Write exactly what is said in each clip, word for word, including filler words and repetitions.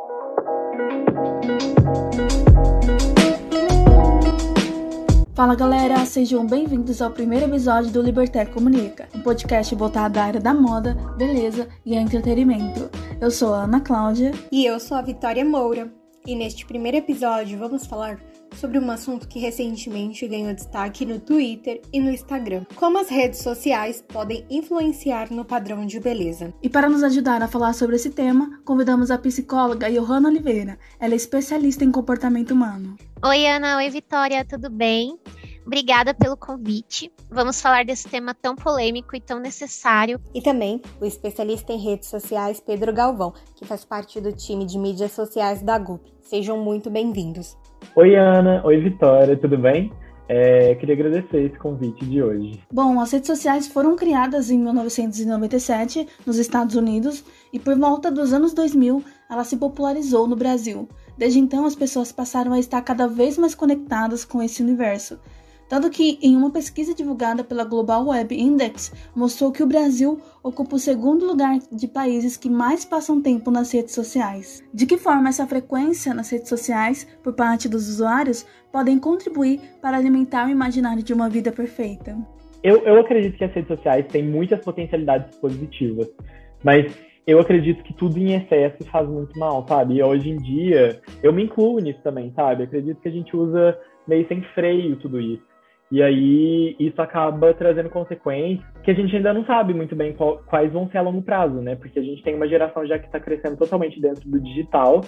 Fala galera, sejam bem-vindos ao primeiro episódio do Liberté Comunica, um podcast voltado à área da moda, beleza e entretenimento. Eu sou a Ana Cláudia. E eu sou a Vitória Moura. E neste primeiro episódio vamos falar sobre um assunto que recentemente ganhou destaque no Twitter e no Instagram. Como as redes sociais podem influenciar no padrão de beleza. E para nos ajudar a falar sobre esse tema, convidamos a psicóloga Johanna Oliveira. Ela é especialista em comportamento humano. Oi Ana, oi Vitória, tudo bem? Obrigada pelo convite. Vamos falar desse tema tão polêmico e tão necessário. E também o especialista em redes sociais Pedro Galvão, que faz parte do time de mídias sociais da G U P. Sejam muito bem-vindos. Oi Ana, oi Vitória, tudo bem? É, queria agradecer esse convite de hoje. Bom, as redes sociais foram criadas em mil novecentos e noventa e sete nos Estados Unidos e por volta dos anos dois mil ela se popularizou no Brasil. Desde então as pessoas passaram a estar cada vez mais conectadas com esse universo. Tanto que, em uma pesquisa divulgada pela Global Web Index, mostrou que o Brasil ocupa o segundo lugar de países que mais passam tempo nas redes sociais. De que forma essa frequência nas redes sociais, por parte dos usuários, podem contribuir para alimentar o imaginário de uma vida perfeita? Eu, eu acredito que as redes sociais têm muitas potencialidades positivas, mas eu acredito que tudo em excesso faz muito mal, sabe? E hoje em dia, eu me incluo nisso também, sabe? Eu acredito que a gente usa meio sem freio tudo isso. E aí, isso acaba trazendo consequências que a gente ainda não sabe muito bem qual, quais vão ser a longo prazo, né? Porque a gente tem uma geração já que está crescendo totalmente dentro do digital.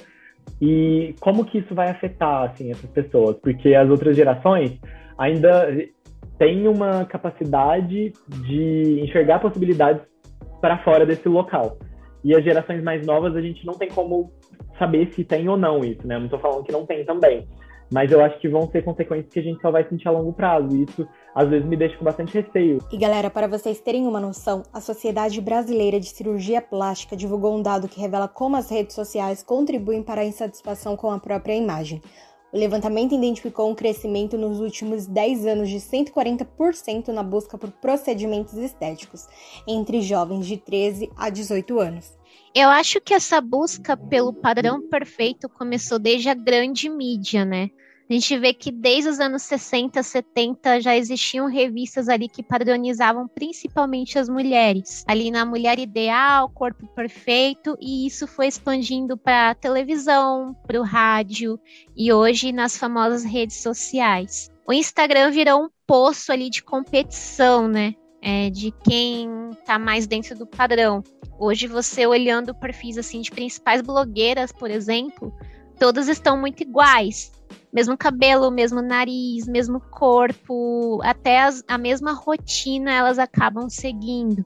E como que isso vai afetar, assim, essas pessoas? Porque as outras gerações ainda têm uma capacidade de enxergar possibilidades para fora desse local. E as gerações mais novas, a gente não tem como saber se tem ou não isso, né? Eu não estou falando que não tem também. Mas eu acho que vão ser consequências que a gente só vai sentir a longo prazo. E isso, às vezes, me deixa com bastante receio. E, galera, para vocês terem uma noção, a Sociedade Brasileira de Cirurgia Plástica divulgou um dado que revela como as redes sociais contribuem para a insatisfação com a própria imagem. O levantamento identificou um crescimento nos últimos dez anos de cento e quarenta por cento na busca por procedimentos estéticos, entre jovens de treze a dezoito anos. Eu acho que essa busca pelo padrão perfeito começou desde a grande mídia, né? A gente vê que desde os anos sessenta, setenta já existiam revistas ali que padronizavam principalmente as mulheres. Ali na Mulher Ideal, Corpo Perfeito, e isso foi expandindo para a televisão, para o rádio e hoje nas famosas redes sociais. O Instagram virou um poço ali de competição, né? É, de quem tá mais dentro do padrão. Hoje você olhando perfis assim de principais blogueiras, por exemplo, todas estão muito iguais. Mesmo cabelo, mesmo nariz, mesmo corpo, até as, a mesma rotina elas acabam seguindo.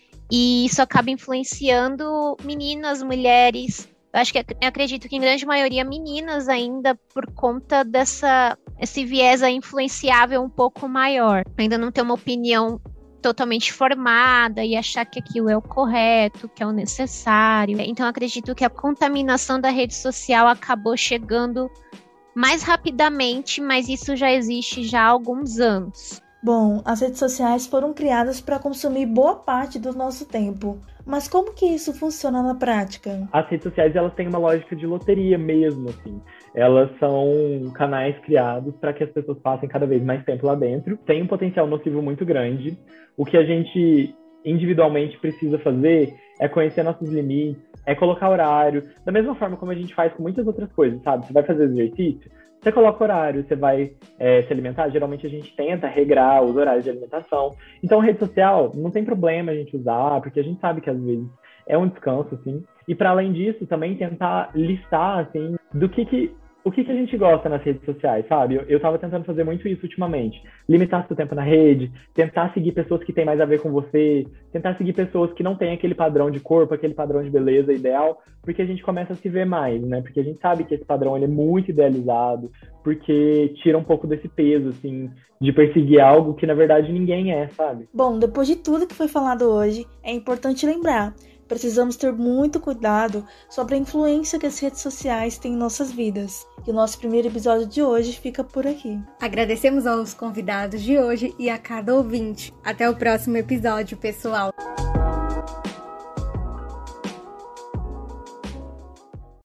E isso acaba influenciando meninas, mulheres. Eu acho que eu acredito que em grande maioria meninas ainda por conta dessa esse viés influenciável um pouco maior. Ainda não tem uma opinião totalmente formada e achar que aquilo é o correto, que é o necessário. Então, acredito que a contaminação da rede social acabou chegando mais rapidamente, mas isso já existe já há alguns anos. Bom, as redes sociais foram criadas para consumir boa parte do nosso tempo. Mas como que isso funciona na prática? As redes sociais, elas têm uma lógica de loteria mesmo, assim. Elas são canais criados para que as pessoas passem cada vez mais tempo lá dentro. Tem um potencial nocivo muito grande. O que a gente individualmente precisa fazer é conhecer nossos limites, é colocar horário, da mesma forma como a gente faz com muitas outras coisas, sabe? Você vai fazer exercício, você coloca horário, você vai é, se alimentar, geralmente a gente tenta regrar os horários de alimentação. Então, rede social, não tem problema a gente usar, porque a gente sabe que às vezes é um descanso, assim. E para além disso, também tentar listar, assim, do que que... O que, que a gente gosta nas redes sociais, sabe? Eu, eu tava tentando fazer muito isso ultimamente. Limitar seu tempo na rede, tentar seguir pessoas que têm mais a ver com você, tentar seguir pessoas que não têm aquele padrão de corpo, aquele padrão de beleza ideal, porque a gente começa a se ver mais, né? Porque a gente sabe que esse padrão ele é muito idealizado, porque tira um pouco desse peso, assim, de perseguir algo que, na verdade, ninguém é, sabe? Bom, depois de tudo que foi falado hoje, é importante lembrar: precisamos ter muito cuidado sobre a influência que as redes sociais têm em nossas vidas. E o nosso primeiro episódio de hoje fica por aqui. Agradecemos aos convidados de hoje e a cada ouvinte. Até o próximo episódio, pessoal!